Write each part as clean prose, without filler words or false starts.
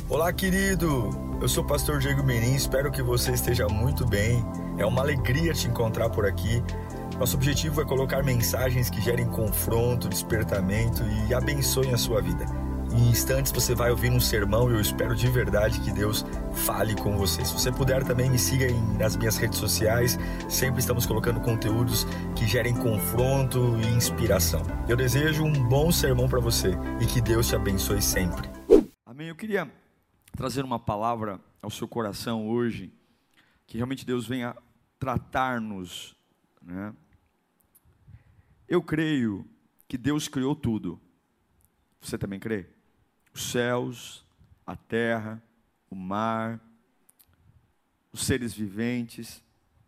Olá, querido! Eu sou o pastor Diego Menin, espero que você esteja muito bem. É uma alegria te encontrar por aqui. Nosso objetivo é colocar mensagens que gerem confronto, despertamento e abençoem a sua vida. Em instantes você vai ouvir um sermão e eu espero de verdade que Deus fale com você. Se você puder também me siga nas minhas redes sociais, sempre estamos colocando conteúdos que gerem confronto e inspiração. Eu desejo um bom sermão para você e que Deus te abençoe sempre. Amém. Eu queria trazer uma palavra ao seu coração hoje, que realmente Deus venha tratar-nos, né? Eu creio que Deus criou tudo. Você também crê? Os céus, a terra, o mar, os seres viventes.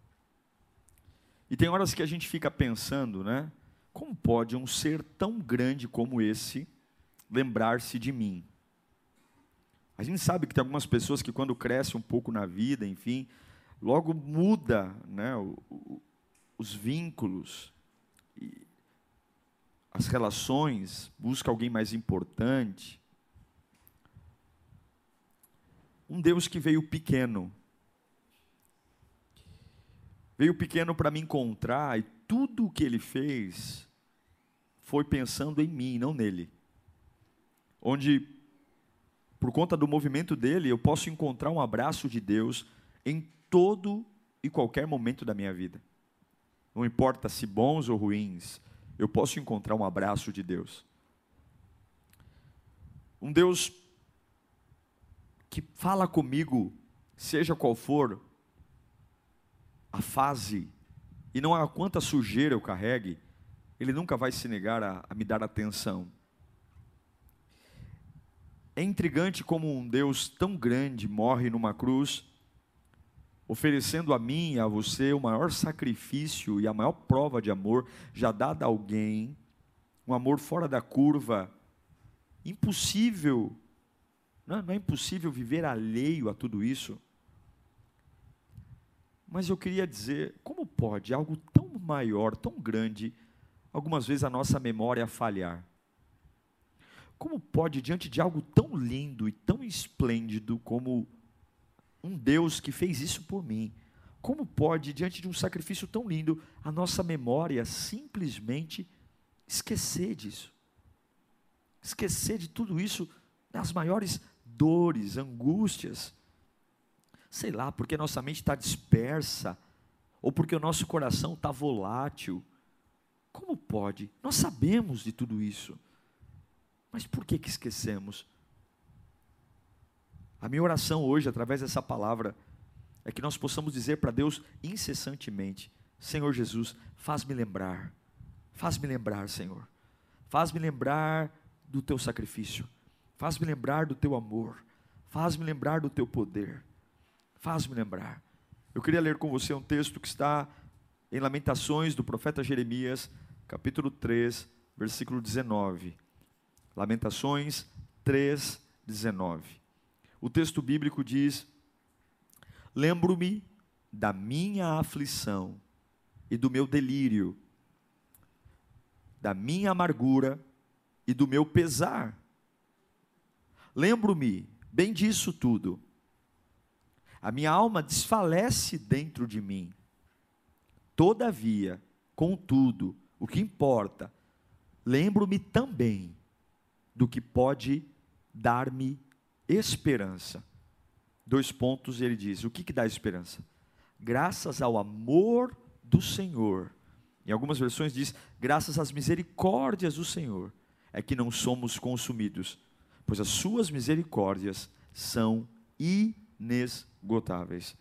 E tem horas que a gente fica pensando, né? Como pode um ser tão grande como esse lembrar-se de mim? A gente sabe que tem algumas pessoas que quando cresce um pouco na vida, enfim, logo muda, né, os vínculos, as relações, busca alguém mais importante. Um Deus que veio pequeno para me encontrar, e tudo o que Ele fez foi pensando em mim, não nele. Onde, por conta do movimento dele, eu posso encontrar um abraço de Deus em todo e qualquer momento da minha vida. Não importa se bons ou ruins, eu posso encontrar um abraço de Deus. Um Deus que fala comigo, seja qual for a fase, e não há quanta sujeira eu carregue, Ele nunca vai se negar a me dar atenção. É intrigante como um Deus tão grande morre numa cruz, oferecendo a mim e a você o maior sacrifício e a maior prova de amor já dada a alguém, um amor fora da curva, impossível, não é impossível viver alheio a tudo isso. Mas eu queria dizer, como pode algo tão maior, tão grande, algumas vezes a nossa memória falhar? Como pode, diante de algo tão lindo e tão esplêndido como um Deus que fez isso por mim, como pode, diante de um sacrifício tão lindo, a nossa memória simplesmente esquecer disso? Esquecer de tudo isso, das maiores dores, angústias, sei lá, porque nossa mente está dispersa, ou porque o nosso coração está volátil. Como pode? Nós sabemos de tudo isso, mas por que esquecemos? A minha oração hoje, através dessa palavra, é que nós possamos dizer para Deus incessantemente: Senhor Jesus, faz-me lembrar, Senhor, faz-me lembrar do Teu sacrifício, faz-me lembrar do Teu amor, faz-me lembrar do Teu poder, faz-me lembrar. Eu queria ler com você um texto que está em Lamentações do profeta Jeremias, capítulo 3, versículo 19. Lamentações 3, 19. O texto bíblico diz: lembro-me da minha aflição e do meu delírio, da minha amargura e do meu pesar. Lembro-me bem disso tudo. A minha alma desfalece dentro de mim. Todavia, contudo, o que importa, lembro-me também do que pode dar-me esperança. 2 pontos, ele diz: o que dá esperança? Graças ao amor do Senhor. Em algumas versões diz: graças às misericórdias do Senhor, é que não somos consumidos, pois as suas misericórdias são inesgotáveis.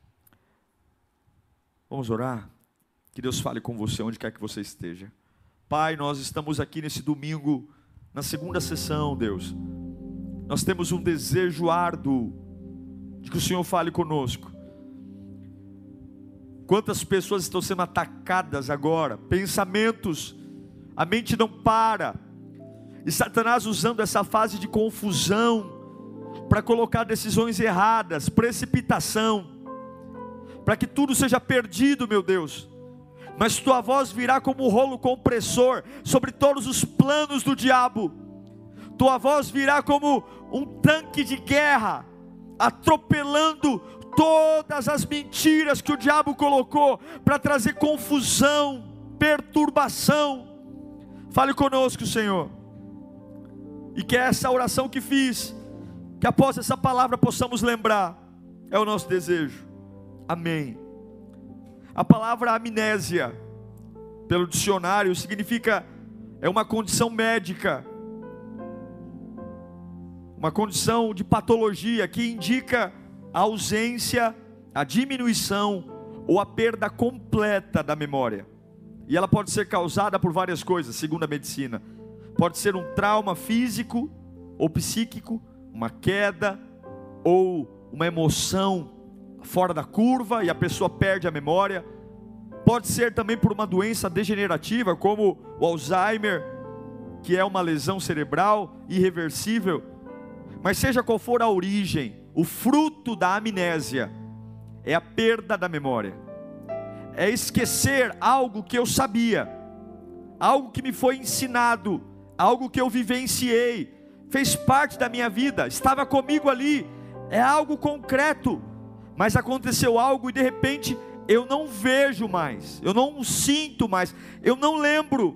Vamos orar? Que Deus fale com você onde quer que você esteja. Pai, nós estamos aqui nesse domingo, na segunda sessão, Deus. Nós temos um desejo árduo de que o Senhor fale conosco. Quantas pessoas estão sendo atacadas agora, pensamentos, a mente não para, e Satanás usando essa fase de confusão para colocar decisões erradas, precipitação, para que tudo seja perdido, meu Deus. Mas tua voz virá como um rolo compressor sobre todos os planos do diabo, tua voz virá como um tanque de guerra, atropelando todas as mentiras que o diabo colocou para trazer confusão, perturbação. Fale conosco, Senhor, e que essa oração que fiz, que após essa palavra possamos lembrar, é o nosso desejo. Amém. A palavra amnésia, pelo dicionário, significa, é uma condição médica, uma condição de patologia que indica a ausência, a diminuição ou a perda completa da memória. E ela pode ser causada por várias coisas, segundo a medicina. Pode ser um trauma físico ou psíquico, uma queda ou uma emoção fora da curva e a pessoa perde a memória. Pode ser também por uma doença degenerativa, como o Alzheimer, que é uma lesão cerebral irreversível. Mas seja qual for a origem, o fruto da amnésia é a perda da memória. É esquecer algo que eu sabia, algo que me foi ensinado, algo que eu vivenciei, fez parte da minha vida, estava comigo ali, é algo concreto, mas aconteceu algo e de repente eu não vejo mais, eu não sinto mais, eu não lembro.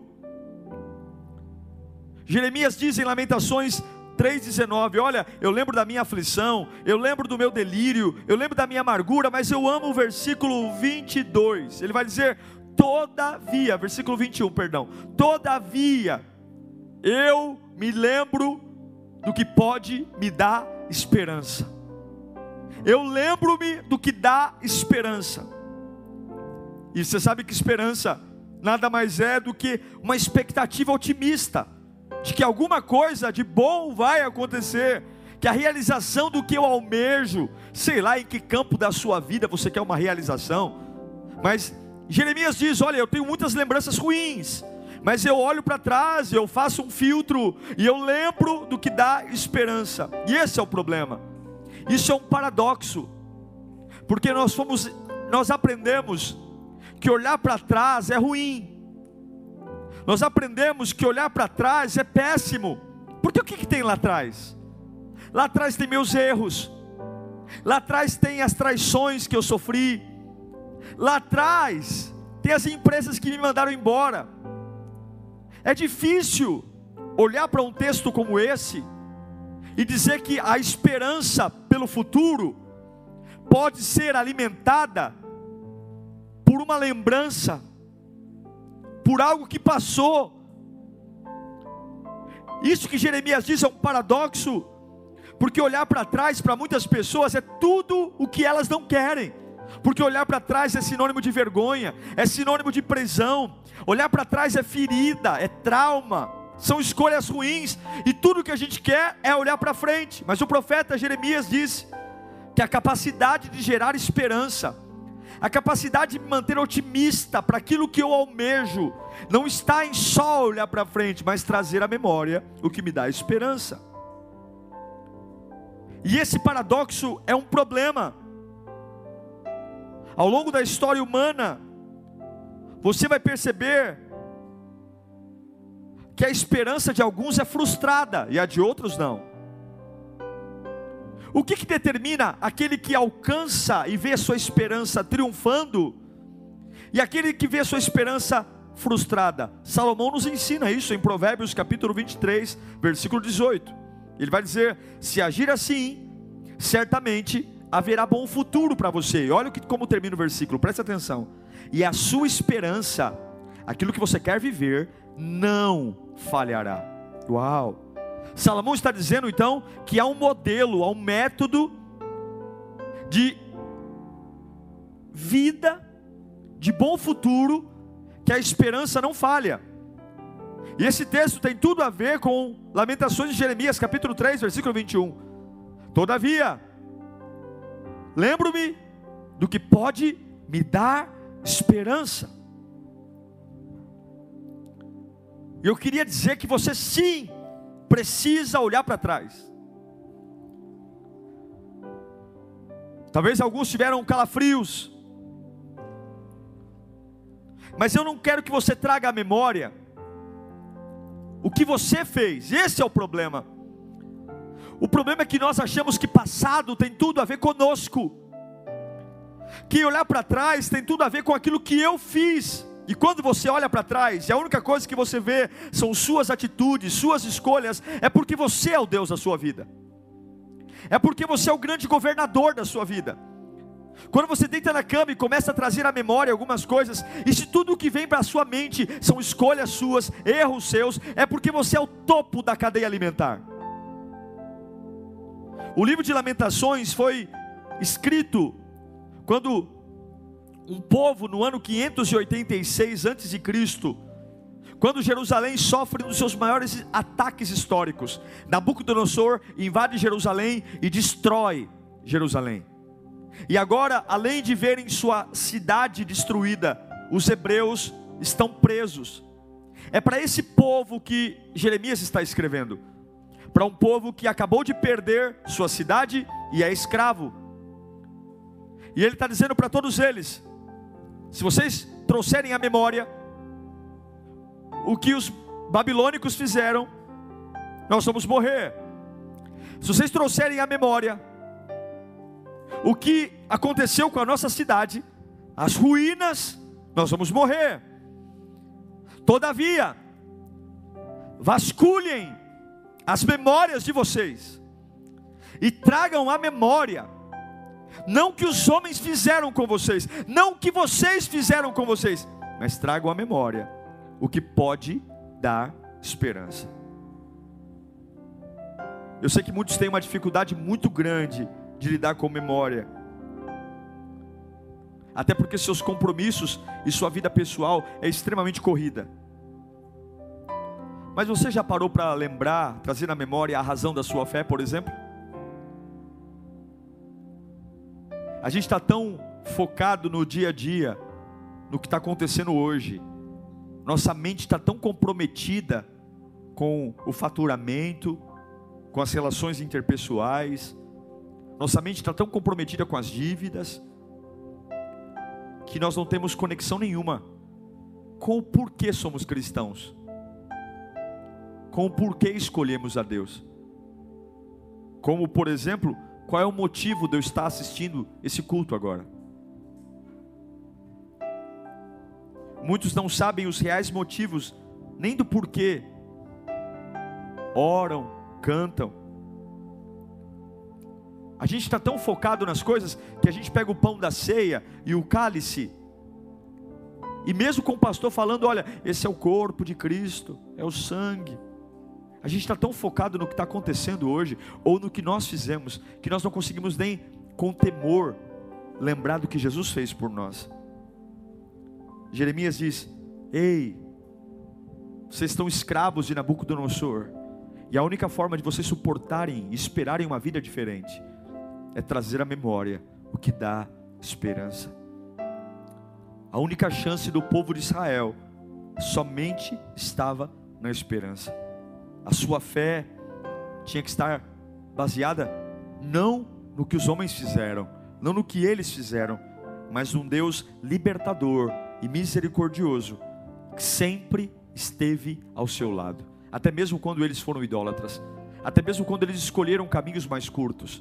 Jeremias diz em Lamentações 3,19, olha, eu lembro da minha aflição, eu lembro do meu delírio, eu lembro da minha amargura, mas eu amo o versículo 22, ele vai dizer, todavia, versículo 21, perdão, todavia, eu me lembro do que pode me dar esperança, eu lembro-me do que dá esperança. E você sabe que esperança nada mais é do que uma expectativa otimista, de que alguma coisa de bom vai acontecer, que a realização do que eu almejo, sei lá em que campo da sua vida você quer uma realização, mas Jeremias diz, olha, eu tenho muitas lembranças ruins, mas eu olho para trás, eu faço um filtro, e eu lembro do que dá esperança. E esse é o problema, isso é um paradoxo, porque nós aprendemos que olhar para trás é ruim, nós aprendemos que olhar para trás é péssimo, porque o que tem lá atrás? Lá atrás tem meus erros, lá atrás tem as traições que eu sofri, lá atrás tem as empresas que me mandaram embora. É difícil olhar para um texto como esse e dizer que a esperança pelo futuro pode ser alimentada por uma lembrança, por algo que passou. Isso que Jeremias diz é um paradoxo, porque olhar para trás para muitas pessoas é tudo o que elas não querem, porque olhar para trás é sinônimo de vergonha, é sinônimo de prisão, olhar para trás é ferida, é trauma, são escolhas ruins, e tudo que a gente quer é olhar para frente. Mas o profeta Jeremias disse que a capacidade de gerar esperança, a capacidade de me manter otimista para aquilo que eu almejo, não está em só olhar para frente, mas trazer à memória o que me dá esperança. E esse paradoxo é um problema. Ao longo da história humana, você vai perceber que a esperança de alguns é frustrada e a de outros não. O que determina aquele que alcança e vê a sua esperança triunfando, e aquele que vê a sua esperança frustrada? Salomão nos ensina isso em Provérbios capítulo 23, versículo 18. Ele vai dizer, se agir assim, certamente haverá bom futuro para você. E olha como termina o versículo, presta atenção. E a sua esperança, aquilo que você quer viver, não falhará. Uau! Salomão está dizendo então que há um modelo, há um método de vida, de bom futuro, que a esperança não falha. E esse texto tem tudo a ver com Lamentações de Jeremias capítulo 3, versículo 21. Todavia, lembro-me do que pode me dar esperança. E eu queria dizer que você sim precisa olhar para trás. Talvez alguns tiveram calafrios, mas eu não quero que você traga à memória o que você fez. Esse é o problema. O problema é que nós achamos que passado tem tudo a ver conosco, que olhar para trás tem tudo a ver com aquilo que eu fiz. E quando você olha para trás, e a única coisa que você vê são suas atitudes, suas escolhas, é porque você é o Deus da sua vida, é porque você é o grande governador da sua vida. Quando você deita na cama e começa a trazer à memória algumas coisas, e se tudo o que vem para a sua mente são escolhas suas, erros seus, é porque você é o topo da cadeia alimentar. O livro de Lamentações foi escrito quando um povo, no ano 586 a.C., quando Jerusalém sofre um dos seus maiores ataques históricos. Nabucodonosor invade Jerusalém e destrói Jerusalém. E agora, além de verem sua cidade destruída, os hebreus estão presos. É para esse povo que Jeremias está escrevendo, para um povo que acabou de perder sua cidade e é escravo. E ele está dizendo para todos eles: se vocês trouxerem à memória o que os babilônicos fizeram, nós vamos morrer. Se vocês trouxerem à memória o que aconteceu com a nossa cidade, as ruínas, nós vamos morrer. Todavia, vasculhem as memórias de vocês e tragam à memória não que os homens fizeram com vocês, não que vocês fizeram com vocês, mas tragam à memória o que pode dar esperança. Eu sei que muitos têm uma dificuldade muito grande de lidar com memória, até porque seus compromissos e sua vida pessoal é extremamente corrida. Mas você já parou para lembrar, trazer na memória a razão da sua fé, por exemplo? A gente está tão focado no dia a dia, no que está acontecendo hoje. Nossa mente está tão comprometida com o faturamento, com as relações interpessoais. Nossa mente está tão comprometida com as dívidas, que nós não temos conexão nenhuma com o porquê somos cristãos, com o porquê escolhemos a Deus. Como, por exemplo, qual é o motivo de eu estar assistindo esse culto agora? Muitos não sabem os reais motivos, nem do porquê oram, cantam. A gente está tão focado nas coisas, que a gente pega o pão da ceia e o cálice, e mesmo com o pastor falando: olha, esse é o corpo de Cristo, é o sangue. A gente está tão focado no que está acontecendo hoje, ou no que nós fizemos, que nós não conseguimos nem com temor lembrar do que Jesus fez por nós. Jeremias diz: ei, vocês estão escravos de Nabucodonosor, e a única forma de vocês suportarem e esperarem uma vida diferente é trazer à memória o que dá esperança. A única chance do povo de Israel somente estava na esperança. A sua fé tinha que estar baseada não no que os homens fizeram, não no que eles fizeram, mas num Deus libertador e misericordioso, que sempre esteve ao seu lado, até mesmo quando eles foram idólatras, até mesmo quando eles escolheram caminhos mais curtos.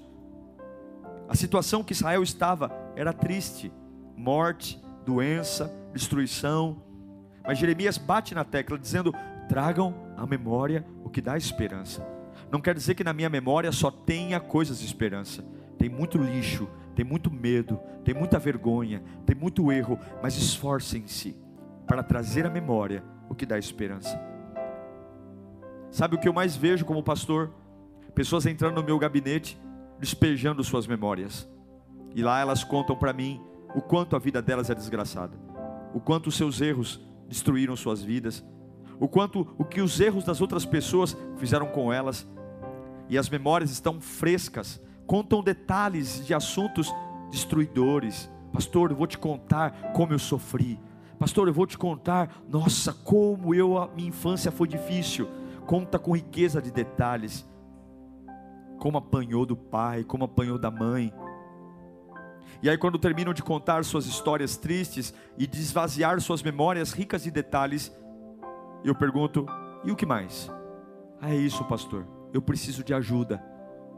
A situação que Israel estava era triste: morte, doença, destruição. Mas Jeremias bate na tecla dizendo: tragam à memória o que dá esperança. Não quer dizer que na minha memória só tenha coisas de esperança. Tem muito lixo, tem muito medo, tem muita vergonha, tem muito erro. Mas esforcem-se para trazer à memória o que dá esperança. Sabe o que eu mais vejo como pastor? Pessoas entrando no meu gabinete, despejando suas memórias, e lá elas contam para mim o quanto a vida delas é desgraçada, o quanto os seus erros destruíram suas vidas, o que os erros das outras pessoas fizeram com elas. E as memórias estão frescas, contam detalhes de assuntos destruidores. Pastor, eu vou te contar como eu sofri. Pastor, eu vou te contar, nossa, como a minha infância foi difícil. Conta com riqueza de detalhes, como apanhou do pai, como apanhou da mãe. E aí, quando terminam de contar suas histórias tristes e de esvaziar suas memórias ricas de detalhes, eu pergunto: e o que mais? Ah, é isso, pastor, eu preciso de ajuda.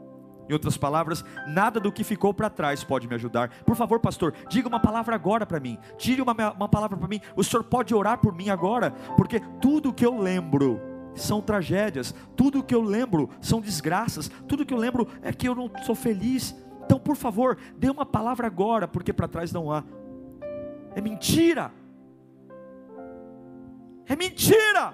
Em outras palavras, nada do que ficou para trás pode me ajudar. Por favor, pastor, diga uma palavra agora para mim. Tire uma palavra para mim. O senhor pode orar por mim agora, porque tudo que eu lembro são tragédias, tudo que eu lembro são desgraças, tudo que eu lembro é que eu não sou feliz. Então, por favor, dê uma palavra agora, porque para trás não há. É mentira. É mentira.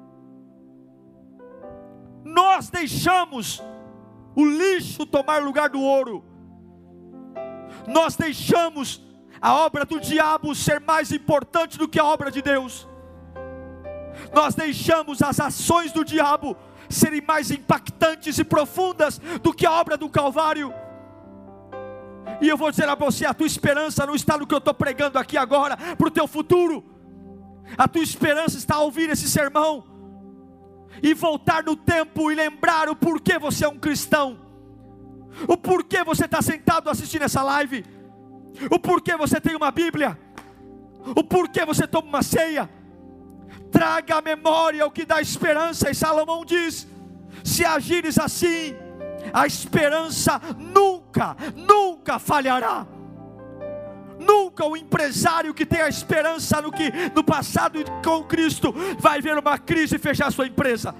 Nós deixamos o lixo tomar lugar do ouro. Nós deixamos a obra do diabo ser mais importante do que a obra de Deus. Nós deixamos as ações do diabo serem mais impactantes e profundas do que a obra do Calvário. E eu vou dizer a você, a tua esperança não está no que eu estou pregando aqui agora, para o teu futuro. A tua esperança está a ouvir esse sermão e voltar no tempo e lembrar o porquê você é um cristão, o porquê você está sentado assistindo essa live, o porquê você tem uma Bíblia, o porquê você toma uma ceia. Traga à memória o que dá esperança. E Salomão diz: se agires assim, a esperança nunca falhará. Nunca o empresário que tem a esperança no passado com Cristo vai ver uma crise e fechar sua empresa.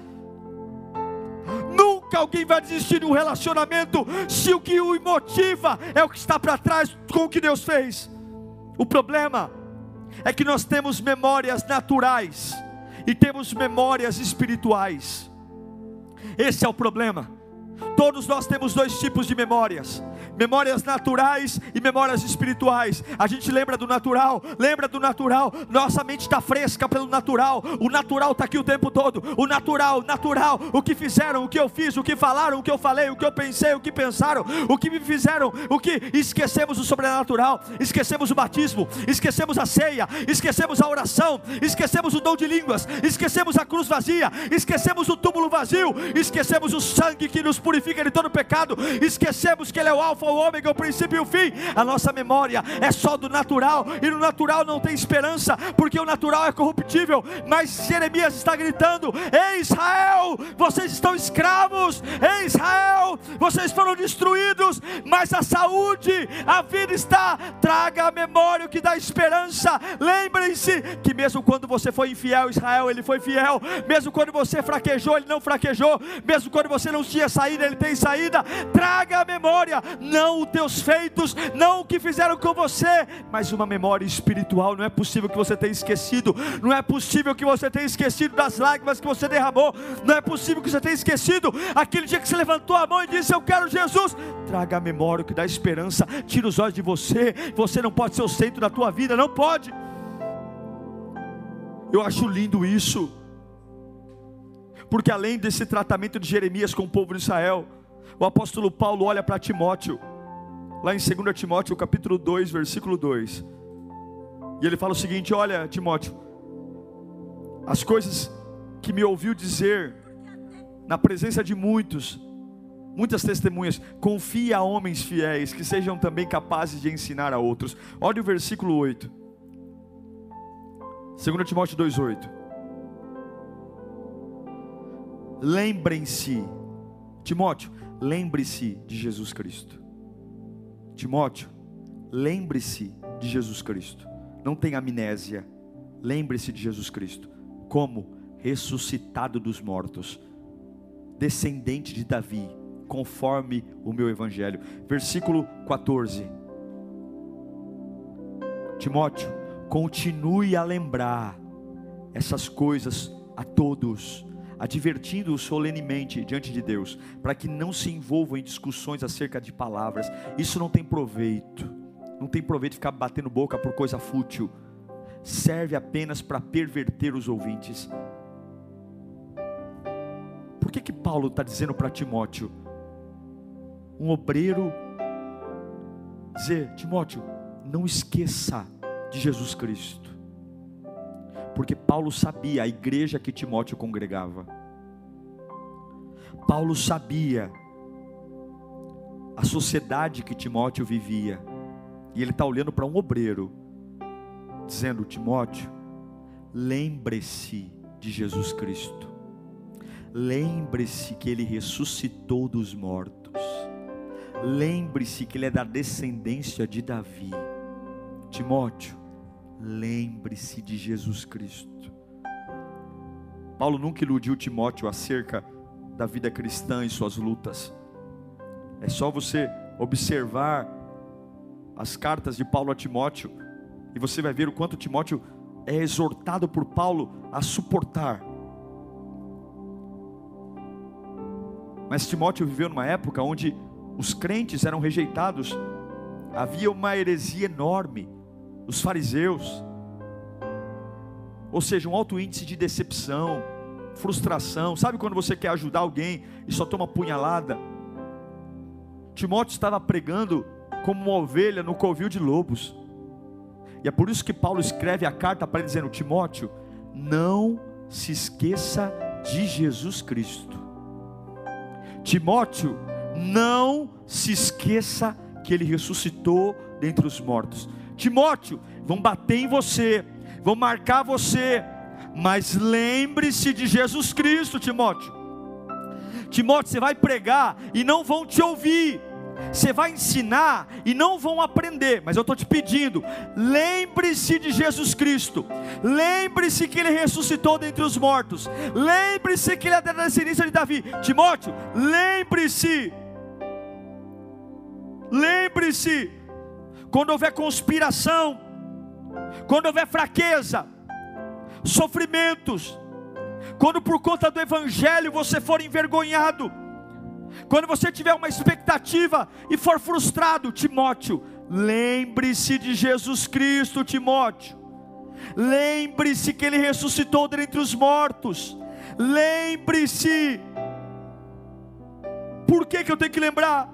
Nunca alguém vai desistir de um relacionamento se o que o motiva é o que está para trás com o que Deus fez. O problema é que nós temos memórias naturais e temos memórias espirituais. Esse é o problema. Todos nós temos dois tipos de memórias: memórias naturais e memórias espirituais. A gente lembra do natural, nossa mente está fresca pelo natural. O natural está aqui o tempo todo. O natural, o que fizeram, o que eu fiz, o que falaram, o que eu falei, o que eu pensei, o que pensaram, o que me fizeram, esquecemos o sobrenatural, esquecemos o batismo, esquecemos a ceia, esquecemos a oração, esquecemos o dom de línguas, esquecemos a cruz vazia, esquecemos o túmulo vazio, esquecemos o sangue que nos purifica de todo pecado, esquecemos que Ele é o alfa, o ômega, o princípio e o fim. A nossa memória é só do natural, e no natural não tem esperança, porque o natural é corruptível. Mas Jeremias está gritando: ei Israel, vocês estão escravos, ei Israel, vocês foram destruídos, mas a saúde, a vida está. Traga à memória o que dá esperança. Lembrem-se que mesmo quando você foi infiel, Israel, Ele foi fiel. Mesmo quando você fraquejou, Ele não fraquejou. Mesmo quando você não tinha saída, Ele tem saída. Traga à memória, não os teus feitos, não o que fizeram com você, mas uma memória espiritual. Não é possível que você tenha esquecido, não é possível que você tenha esquecido das lágrimas que você derramou, não é possível que você tenha esquecido aquele dia que você levantou a mão e disse: eu quero Jesus. Traga à memória o que dá esperança. Tira os olhos de você. Você não pode ser o centro da tua vida, não pode. Eu acho lindo isso, porque além desse tratamento de Jeremias com o povo de Israel, o apóstolo Paulo olha para Timóteo, lá em 2 Timóteo capítulo 2, versículo 2, e ele fala o seguinte: olha Timóteo, as coisas que me ouviu dizer na presença de muitas testemunhas, confia a homens fiéis, que sejam também capazes de ensinar a outros. Olha o versículo 8, 2 Timóteo 2,8. Lembrem-se, Timóteo, lembre-se de Jesus Cristo. Timóteo, lembre-se de Jesus Cristo. Não tenha amnésia. Lembre-se de Jesus Cristo. Como? Ressuscitado dos mortos, descendente de Davi, conforme o meu evangelho. Versículo 14. Timóteo, continue a lembrar essas coisas a todos, advertindo-os solenemente diante de Deus, para que não se envolvam em discussões acerca de palavras. Isso não tem proveito. Não tem proveito ficar batendo boca por coisa fútil. Serve apenas para perverter os ouvintes. Por que Paulo está dizendo para Timóteo, um obreiro, dizer: Timóteo, não esqueça de Jesus Cristo? Porque Paulo sabia a igreja que Timóteo congregava. Paulo sabia a sociedade que Timóteo vivia. E ele está olhando para um obreiro, dizendo: Timóteo, lembre-se de Jesus Cristo. Lembre-se que Ele ressuscitou dos mortos. lembre-se que ele é da descendência de Davi. Timóteo, lembre-se de Jesus Cristo. Paulo nunca iludiu Timóteo acerca da vida cristã e suas lutas. É só você observar as cartas de Paulo a Timóteo, e você vai ver o quanto Timóteo é exortado por Paulo a suportar. Mas Timóteo viveu numa época onde os crentes eram rejeitados. Havia uma heresia enorme, os fariseus, ou seja, um alto índice de decepção, frustração. Sabe quando você quer ajudar alguém e só toma punhalada? Timóteo estava pregando como uma ovelha no covil de lobos, e é por isso que Paulo escreve a carta para ele dizendo: Timóteo, não se esqueça de Jesus Cristo. Timóteo, não se esqueça que ele ressuscitou dentre os mortos. Timóteo, vão bater em você, vão marcar você, mas lembre-se de Jesus Cristo. Timóteo, você vai pregar e não vão te ouvir, você vai ensinar e não vão aprender, mas eu estou te pedindo, lembre-se de Jesus Cristo, lembre-se que ele ressuscitou dentre os mortos, lembre-se que ele é da descendência de Davi. Timóteo, lembre-se, quando houver conspiração, quando houver fraqueza, sofrimentos, quando por conta do evangelho você for envergonhado, quando você tiver uma expectativa e for frustrado, Timóteo, lembre-se de Jesus Cristo. Timóteo, lembre-se que ele ressuscitou dentre os mortos, lembre-se. Por que eu tenho que lembrar?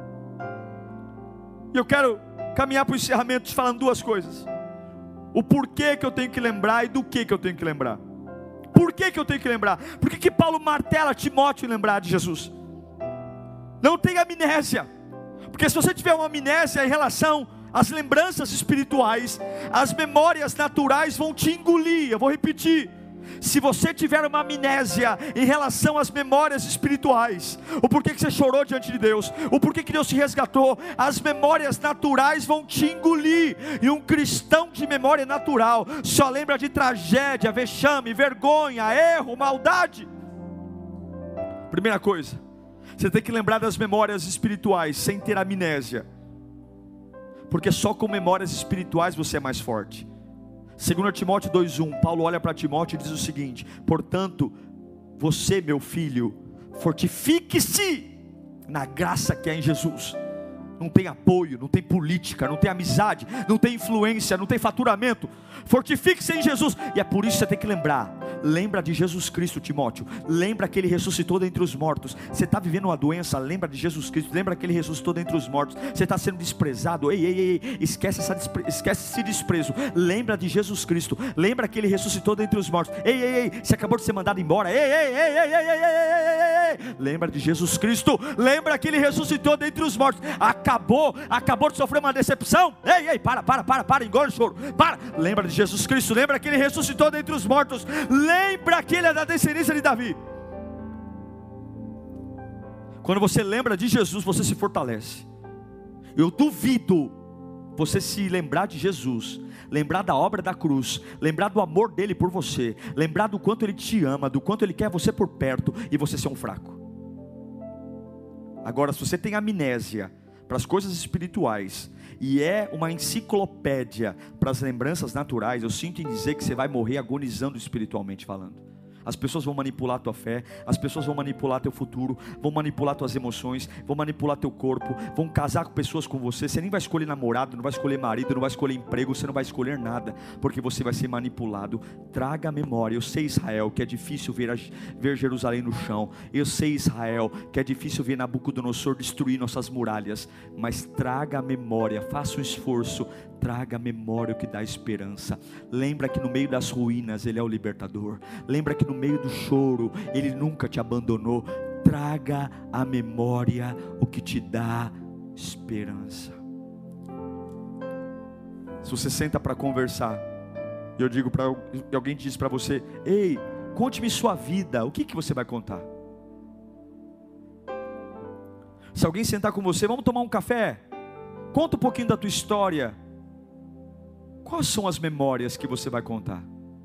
Eu quero caminhar para o encerramento te falando duas coisas: o porquê que eu tenho que lembrar e do que eu tenho que lembrar. Por que eu tenho que lembrar? Por que Paulo martela Timóteo em lembrar de Jesus? Não tenha amnésia, porque se você tiver uma amnésia em relação às lembranças espirituais, as memórias naturais vão te engolir. Eu vou repetir: se você tiver uma amnésia em relação às memórias espirituais, o porquê que você chorou diante de Deus, o porquê que Deus te resgatou, as memórias naturais vão te engolir. E um cristão de memória natural só lembra de tragédia, vexame, vergonha, erro, maldade. Primeira coisa, você tem que lembrar das memórias espirituais sem ter amnésia, porque só com memórias espirituais você é mais forte. 2 Timóteo 2:1, Paulo olha para Timóteo e diz o seguinte: portanto, você, meu filho, fortifique-se na graça que é em Jesus. Não tem apoio, não tem política, não tem amizade, não tem influência, não tem faturamento. Fortifique-se em Jesus. E é por isso que você tem que lembrar. Lembra de Jesus Cristo, Timóteo. Lembra que ele ressuscitou dentre os mortos. Você está vivendo uma doença, lembra de Jesus Cristo. Lembra que ele ressuscitou dentre os mortos. Você está sendo desprezado, ei, esquece esse desprezo. Lembra de Jesus Cristo. Lembra que ele ressuscitou dentre os mortos. Ei, você acabou de ser mandado embora. Ei. Lembra de Jesus Cristo. Lembra que ele ressuscitou dentre os mortos. Acabou de sofrer uma decepção. Ei, para, engole o choro. Para. Lembra de Jesus Cristo. Lembra que ele ressuscitou dentre os mortos. Lembra que ele é da descendência de Davi. Quando você lembra de Jesus, você se fortalece. Eu duvido você se lembrar de Jesus, lembrar da obra da cruz, lembrar do amor dele por você, lembrar do quanto ele te ama, do quanto ele quer você por perto, e você ser um fraco. Agora, se você tem amnésia para as coisas espirituais e é uma enciclopédia para as lembranças naturais, eu sinto em dizer que você vai morrer agonizando espiritualmente falando. As pessoas vão manipular a tua fé, as pessoas vão manipular teu futuro, vão manipular tuas emoções, vão manipular teu corpo, vão casar com pessoas com você. Você nem vai escolher namorado, não vai escolher marido, não vai escolher emprego, você não vai escolher nada, porque você vai ser manipulado. Traga a memória. Eu sei, Israel, que é difícil ver Jerusalém no chão. Eu sei, Israel, que é difícil ver Nabucodonosor destruir nossas muralhas, mas traga a memória, faça um esforço. Traga a memória o que dá esperança. Lembra que no meio das ruínas ele é o libertador. Lembra que no meio do choro ele nunca te abandonou. Traga a memória o que te dá esperança. Se você senta para conversar, eu digo para alguém diz para você: ei, conte-me sua vida. O que você vai contar? Se alguém sentar com você, vamos tomar um café? Conta um pouquinho da tua história. Quais são as memórias que você vai contar?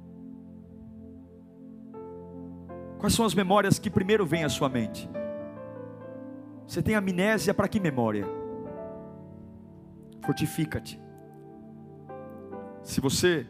Quais são as memórias que primeiro vêm à sua mente? Você tem amnésia para que memória? Fortifica-te. Se você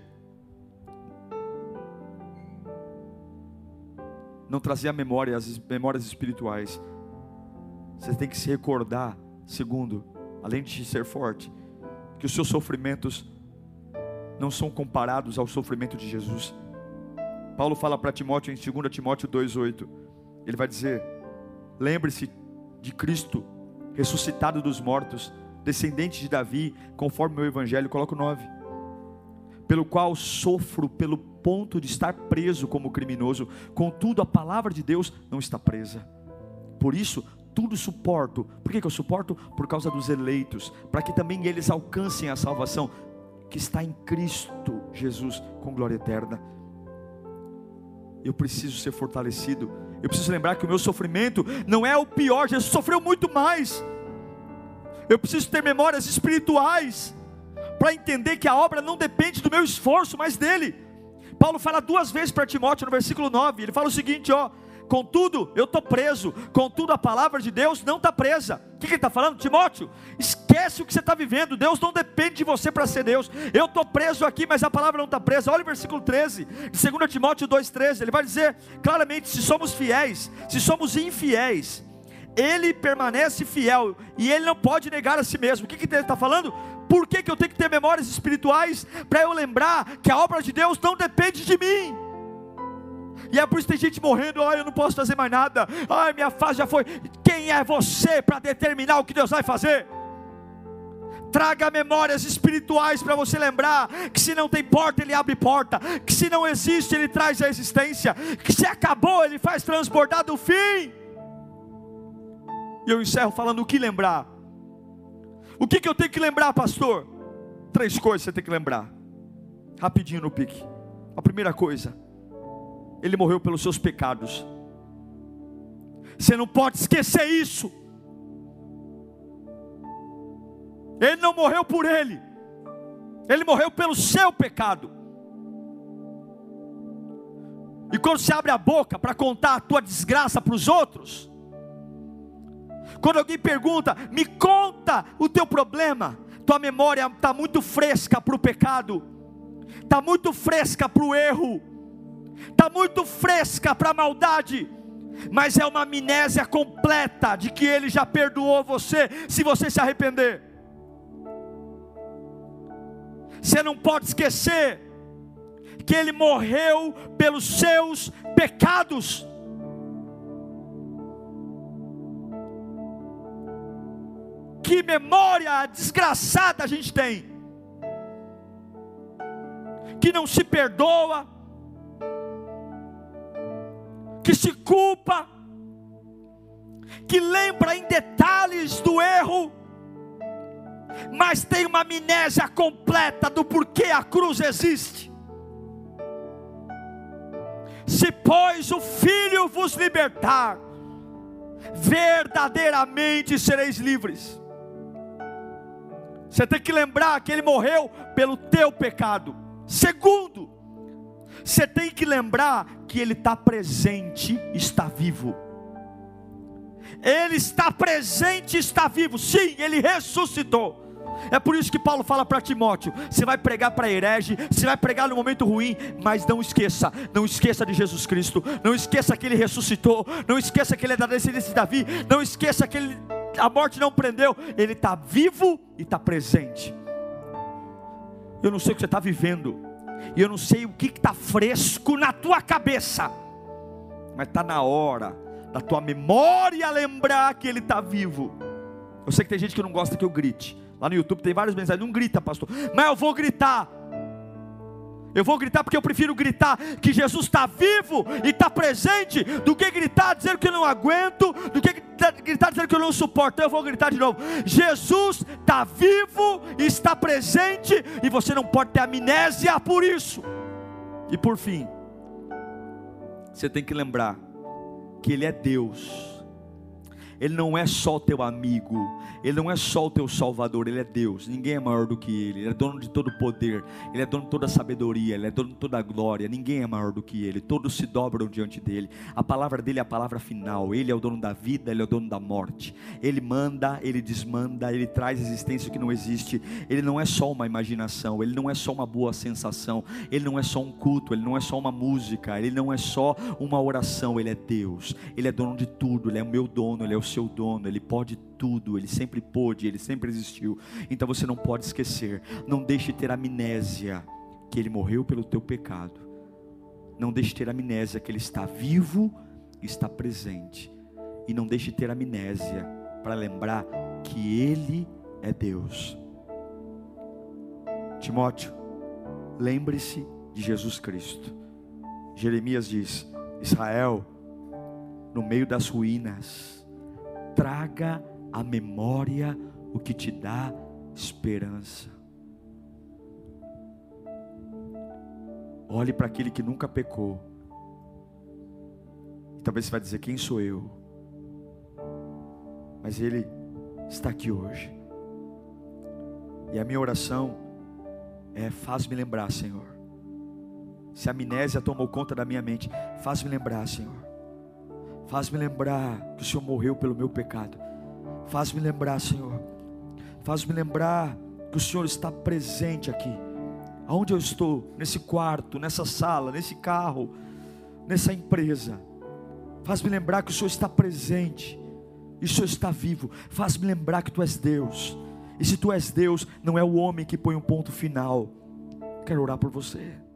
não trazer à memória as memórias espirituais, você tem que se recordar, segundo, além de ser forte, que os seus sofrimentos não são comparados ao sofrimento de Jesus. Paulo fala para Timóteo em 2 Timóteo 2,8, ele vai dizer: lembre-se de Cristo, ressuscitado dos mortos, descendente de Davi, conforme o meu evangelho. Coloca o 9, pelo qual sofro pelo ponto de estar preso como criminoso, contudo a palavra de Deus não está presa. Por isso tudo suporto. Por que eu suporto? Por causa dos eleitos, para que também eles alcancem a salvação que está em Cristo Jesus, com glória eterna. Eu preciso ser fortalecido. Eu preciso lembrar que o meu sofrimento não é o pior. Jesus sofreu muito mais. Eu preciso ter memórias espirituais para entender que a obra não depende do meu esforço, mas dele. Paulo fala 2 vezes para Timóteo no versículo 9. Ele fala o seguinte, contudo eu estou preso, contudo a palavra de Deus não está presa. O que ele está falando? Timóteo, esquece o que você está vivendo. Deus não depende de você para ser Deus. Eu estou preso aqui, mas a palavra não está presa. Olha o versículo 13 de 2 Timóteo 2,13. Ele vai dizer claramente: se somos fiéis, se somos infiéis, Ele permanece fiel e Ele não pode negar a si mesmo. O que ele está falando? Por que eu tenho que ter memórias espirituais? Para eu lembrar que a obra de Deus não depende de mim. E é por isso que tem gente morrendo: eu não posso fazer mais nada, minha fase já foi. Quem é você para determinar o que Deus vai fazer? Traga memórias espirituais para você lembrar que se não tem porta, Ele abre porta, que se não existe, Ele traz a existência, que se acabou, Ele faz transbordar do fim. E eu encerro falando o que lembrar. O que eu tenho que lembrar, pastor? 3 coisas você tem que lembrar, rapidinho no pique. A primeira coisa: Ele morreu pelos seus pecados. Você não pode esquecer isso. Ele não morreu por ele, Ele morreu pelo seu pecado. E quando você abre a boca para contar a tua desgraça para os outros, quando alguém pergunta, me conta o teu problema, tua memória está muito fresca para o pecado, está muito fresca para o erro, está muito fresca para a maldade, mas é uma amnésia completa de que Ele já perdoou você, se você se arrepender. Você não pode esquecer que Ele morreu pelos seus pecados. Que memória desgraçada a gente tem, que não se perdoa, que se culpa, que lembra em detalhes do erro, mas tem uma amnésia completa do porquê a cruz existe. Se pois o Filho vos libertar, verdadeiramente sereis livres. Você tem que lembrar que Ele morreu pelo teu pecado. Segundo, você tem que lembrar que Ele está presente, está vivo. Ele está presente, está vivo. Sim, Ele ressuscitou. É por isso que Paulo fala para Timóteo: você vai pregar para herege, você vai pregar no momento ruim, mas não esqueça de Jesus Cristo, não esqueça que Ele ressuscitou, não esqueça que Ele é da descendência de Davi, não esqueça que a morte não prendeu, Ele está vivo e está presente. Eu não sei o que você está vivendo, e eu não sei o que está fresco na tua cabeça, mas está na hora da tua memória lembrar que Ele está vivo. Eu sei que tem gente que não gosta que eu grite. Lá no YouTube tem várias mensagens: não grita, pastor. Mas eu vou gritar. Eu vou gritar porque eu prefiro gritar que Jesus está vivo e está presente, do que gritar dizendo que eu não aguento, do que gritar dizendo que eu não suporto. Então eu vou gritar de novo: Jesus está vivo e está presente, e você não pode ter amnésia por isso. E por fim, você tem que lembrar que Ele é Deus. Ele não é só teu amigo, Ele não é só o teu Salvador, Ele é Deus. Ninguém é maior do que Ele. Ele é dono de todo o poder, Ele é dono de toda a sabedoria, Ele é dono de toda a glória. Ninguém é maior do que Ele. Todos se dobram diante dEle. A palavra dEle é a palavra final. Ele é o dono da vida, Ele é o dono da morte. Ele manda, Ele desmanda, Ele traz existência que não existe. Ele não é só uma imaginação, Ele não é só uma boa sensação, Ele não é só um culto, Ele não é só uma música, Ele não é só uma oração. Ele é Deus, Ele é dono de tudo. Ele é o meu dono, Ele é o seu dono. Ele pode tudo, Ele sempre pôde, Ele sempre existiu. Então você não pode esquecer. Não deixe ter amnésia que Ele morreu pelo teu pecado. Não deixe ter amnésia que Ele está vivo, está presente. E não deixe ter amnésia para lembrar que Ele é Deus. Timóteo, lembre-se de Jesus Cristo. Jeremias diz: Israel, no meio das ruínas, traga à memória o que te dá esperança. Olhe para aquele que nunca pecou. E talvez você vai dizer: quem sou eu? Mas ele está aqui hoje. E a minha oração é: faz-me lembrar, Senhor. Se a amnésia tomou conta da minha mente, faz-me lembrar, Senhor. Faz-me lembrar que o Senhor morreu pelo meu pecado. Faz-me lembrar, Senhor. Faz-me lembrar que o Senhor está presente aqui. Aonde eu estou, nesse quarto, nessa sala, nesse carro, nessa empresa. Faz-me lembrar que o Senhor está presente. E o Senhor está vivo. Faz-me lembrar que Tu és Deus. E se Tu és Deus, não é o homem que põe um ponto final. Quero orar por você.